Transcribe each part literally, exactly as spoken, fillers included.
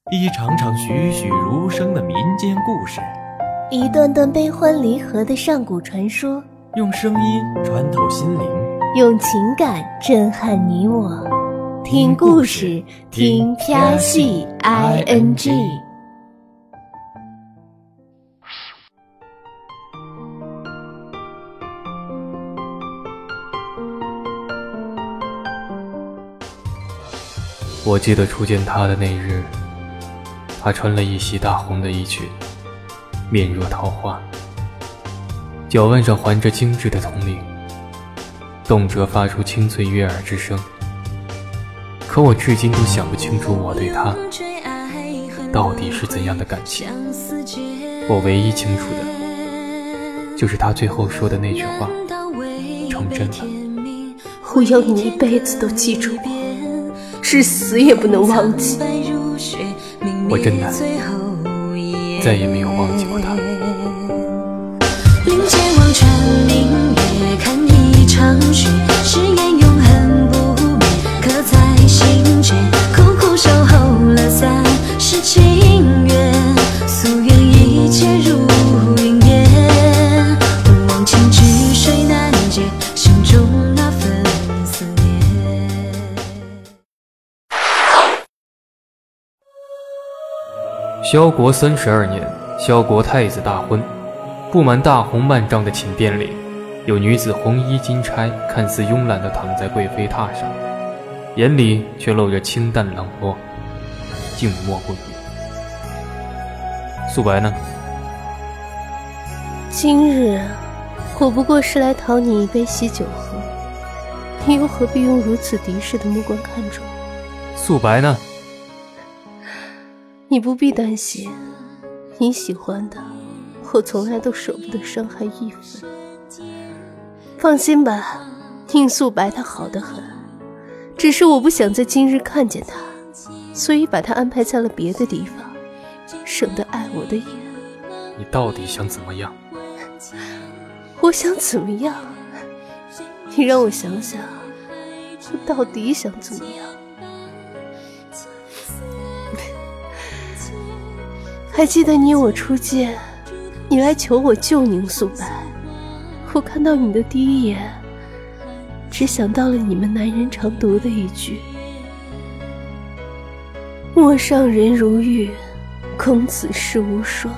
一场场栩栩如生的民间故事， 一段段悲欢离合的上古传说， 用声音穿透心灵， 用情感震撼你我。听故事，听啪戏 I N G。 我记得初见他的那日，他穿了一袭大红的衣裙，面若桃花，脚腕上环着精致的铜铃，动辄发出清脆悦耳之声。可我至今都想不清楚我对他到底是怎样的感情。我唯一清楚的就是他最后说的那句话成真了。 我要你一辈子都记住我，至死也不能忘记。 我真的再也没有忘记过他。 林间望穿明月，看一场雪，誓言永恒不灭，刻在心间，苦苦守候了三世情缘，夙愿一切如云烟，忘情之水难解，心中那份思念。 萧国三十二年，萧国太子大婚。布满大红幔帐的寝殿里，有女子红衣金钗，看似慵懒地躺在贵妃榻上，眼里却露着清淡冷漠，静默不语。素白呢？ 今日我不过是来讨你一杯喜酒喝，你又何必用如此敌视的目光看着我？ 素白呢？ 你不必担心，你喜欢的我从来都舍不得伤害一分。放心吧，宁素白她好得很，只是我不想在今日看见她，所以把她安排在了别的地方，省得碍我的眼。 你到底想怎么样？ 我想怎么样？你让我想想，我到底想怎么样？还记得你我初见，你来求我救宁素白，我看到你的第一眼，只想到了你们男人常读的一句：陌上人如玉，公子世无双。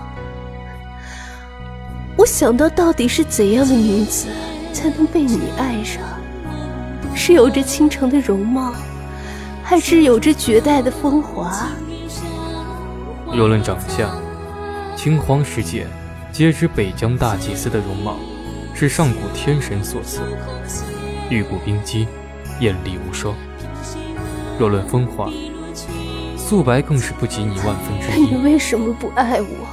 我想到到底是怎样的女子才能被你爱上？是有着倾城的容貌，还是有着绝代的风华？ 若论长相，青黄世界皆知北疆大祭司的容貌是上古天神所赐，玉骨冰肌，艳丽无双。若论风华，素白更是不及你万分之一。 你为什么不爱我？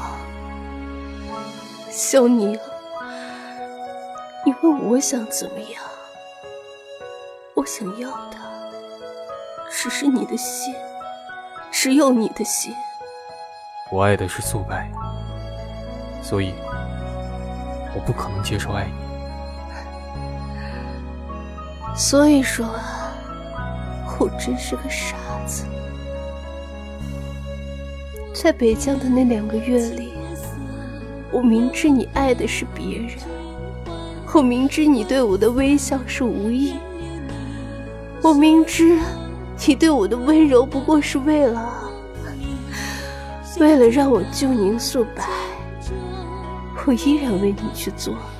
萧宁，你问我想怎么样？我想要的只是你的心，只有你的心。 我爱的是素白，所以我不可能接受爱你。 所以说我真是个傻子。在北疆的那两个月里，我明知你爱的是别人，我明知你对我的微笑是无意，我明知你对我的温柔不过是为了为了让我救宁素白，我依然为你去做了。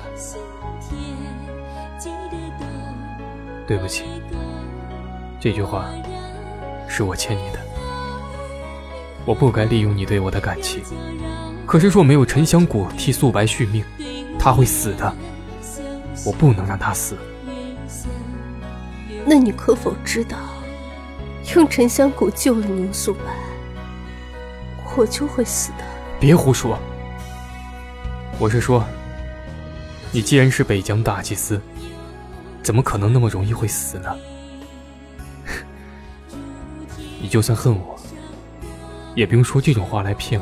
对不起，这句话是我欠你的。我不该利用你对我的感情，可是若没有沉香谷替素白续命，她会死的。我不能让她死。 那你可否知道，用沉香谷救了宁素白，我就会死的。 别胡说！我是说，你既然是北疆大祭司，怎么可能那么容易会死呢？你就算恨我，也不用说这种话来骗我。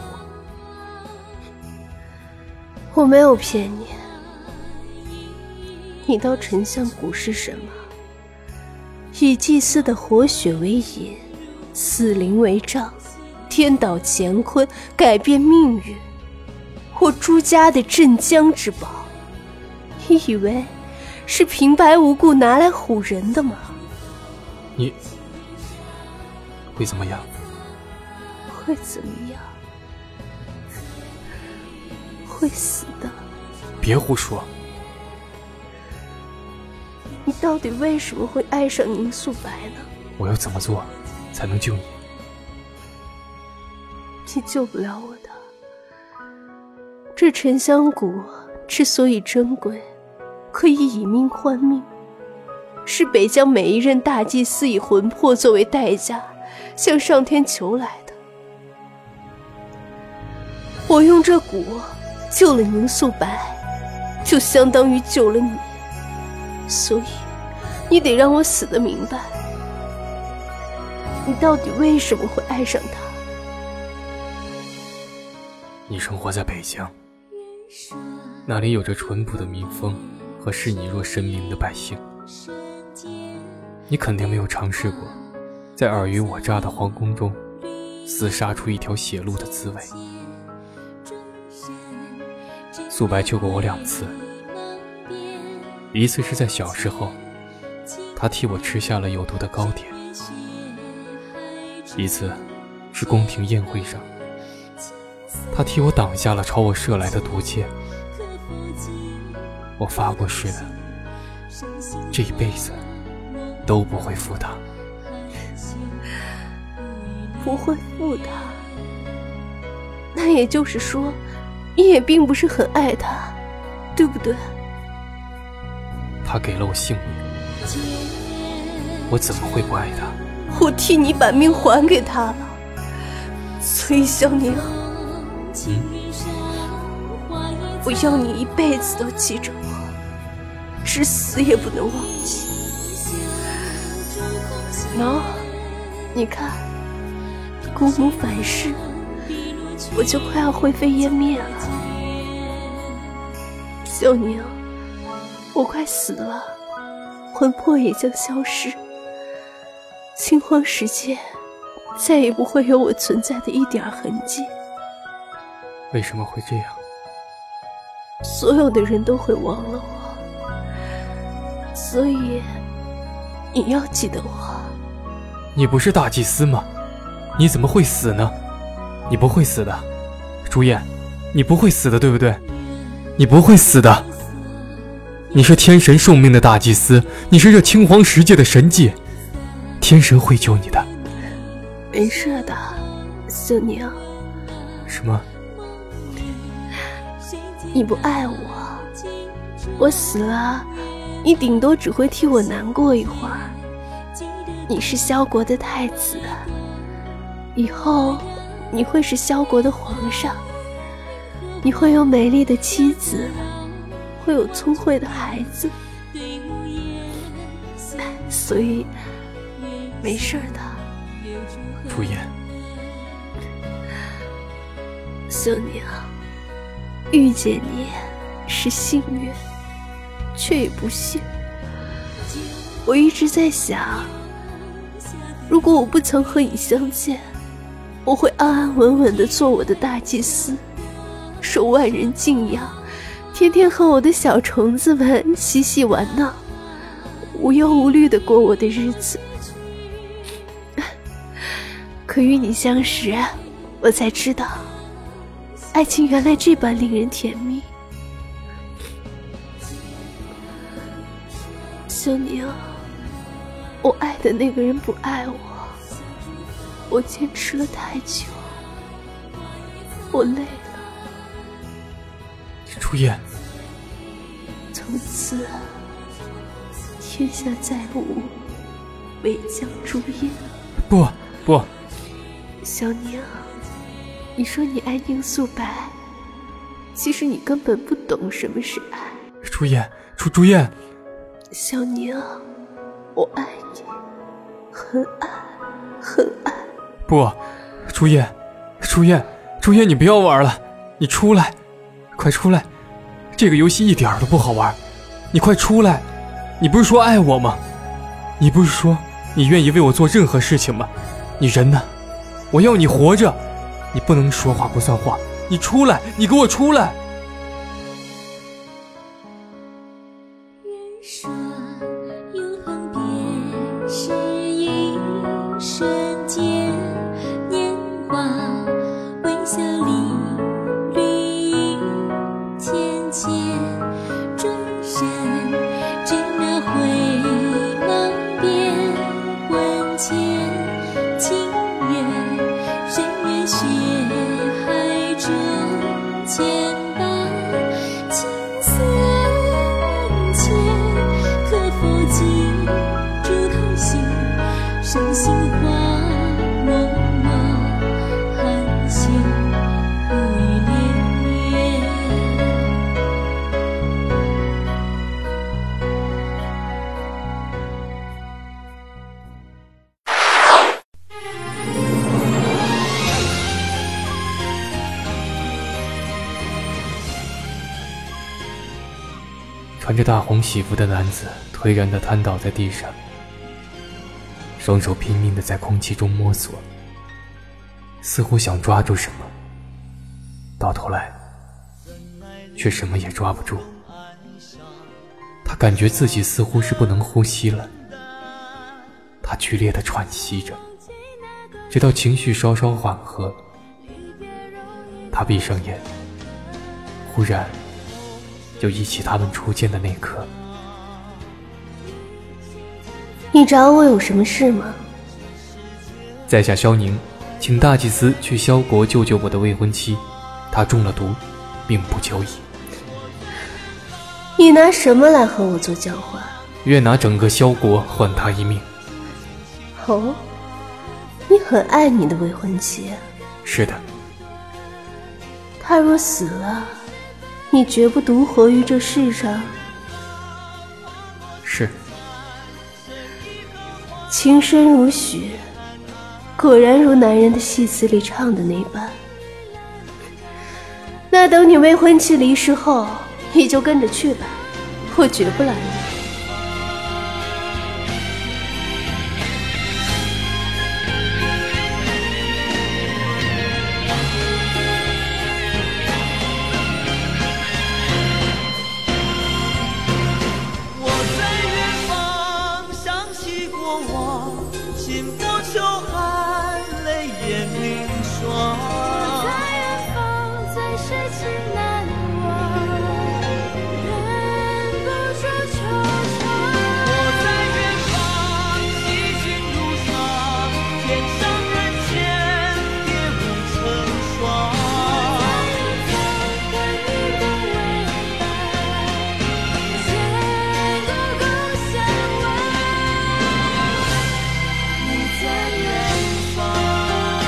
我没有骗你。你道沉香谷是什么？以祭司的活血为引，死灵为杖， 颠倒乾坤，改变命运，我朱家的镇江之宝，你以为是平白无故拿来唬人的吗？ 你会怎么样？ 会怎么样？会死的。 别胡说。 你到底为什么会爱上宁素白呢？ 我要怎么做才能救你？ 你救不了我的。这沉香骨之所以珍贵，可以以命换命，是北疆每一任大祭司以魂魄作为代价向上天求来的。我用这骨救了宁素白，就相当于救了你，所以你得让我死得明白，你到底为什么会爱上他？ 你生活在北疆，那里有着淳朴的民风和视你若神明的百姓，你肯定没有尝试过在尔虞我诈的皇宫中厮杀出一条血路的滋味。素白救过我两次，一次是在小时候，他替我吃下了有毒的糕点；一次是宫廷宴会上，他替我挡下了朝我射来的毒箭。我发过誓的，这一辈子都不会负他。 不会负他，那也就是说，你也并不是很爱他，对不对？ 他给了我性命，我怎么会不爱他？ 我替你把命还给他了，所以小宁， 嗯， 我要你一辈子都记着我，至死也不能忘记。喏，你看，姑母反噬，我就快要灰飞烟灭了。小宁，我快死了，魂魄也将消失，洪荒世界再也不会有我存在的一点痕迹。 为什么会这样？ 所有的人都会忘了我，所以你要记得我。 你不是大祭司吗？你怎么会死呢？你不会死的，朱燕，你不会死的，对不对？你不会死的。你是天神受命的大祭司，你是这青黄十界的神迹，天神会救你的。 没事的，小宁。 什么？ 你不爱我，我死了，你顶多只会替我难过一会儿。你是萧国的太子，以后你会是萧国的皇上，你会有美丽的妻子，会有聪慧的孩子，所以没事的。 朱颜， 小宁，遇见你是幸运，却也不幸。我一直在想，如果我不曾和你相见，我会安安稳稳地做我的大祭司，受万人敬仰，天天和我的小虫子们嬉戏玩闹，无忧无虑地过我的日子。可与你相识，我才知道爱情原来这般令人甜蜜。小宁，我爱的那个人不爱我，我坚持了太久，我累了。 朱颜， 从此天下再无北疆朱颜。 不不， 小宁，你说你爱宁素白，其实你根本不懂什么是爱。 朱颜，朱朱颜， 小宁，我爱你，很爱很爱。 不，朱颜，朱颜，朱颜，你不要玩了，你出来，快出来，这个游戏一点都不好玩，你快出来！你不是说爱我吗？你不是说你愿意为我做任何事情吗？你人呢？我要你活着。 你不能说话不算话，你出来，你给我出来！ 人说永恒便是一瞬间，年华微笑里绿意浅浅，转身只那回眸边问间，情缘深渊血海中牵绊，情丝万千，可否记住他心，深心花梦望含羞不语恋恋。 穿着大红喜服的男子颓然地瘫倒在地上，双手拼命地在空气中摸索，似乎想抓住什么，到头来却什么也抓不住。他感觉自己似乎是不能呼吸了，他剧烈地喘息着，直到情绪稍稍缓和，他闭上眼，忽然就忆起他们初见的那刻。 你找我有什么事吗？ 在下萧宁，请大祭司去萧国救救我的未婚妻，她中了毒，命不久矣。 你拿什么来和我做交换？ 愿拿整个萧国换她一命。 哦，你很爱你的未婚妻。 是的。 她若死了，你绝不独活于这世上。 是。 情深如许，果然如男人的戏词里唱的那般。那等你未婚妻离世后，你就跟着去吧，我绝不拦你。 心不求含泪眼凝霜， 我在远方，最是情难忘，忍不住惆怅。 我在远方，西行路上，天上人间别无成双。 我在远方，和你共为伴，千古共相望。在远方。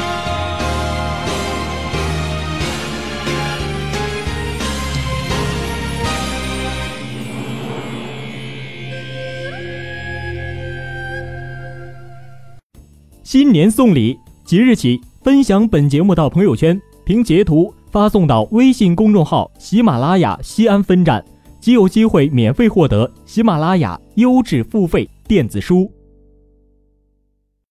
新年送礼，即日起分享本节目到朋友圈，凭截图发送到微信公众号喜马拉雅西安分站，即有机会免费获得喜马拉雅优质付费电子书。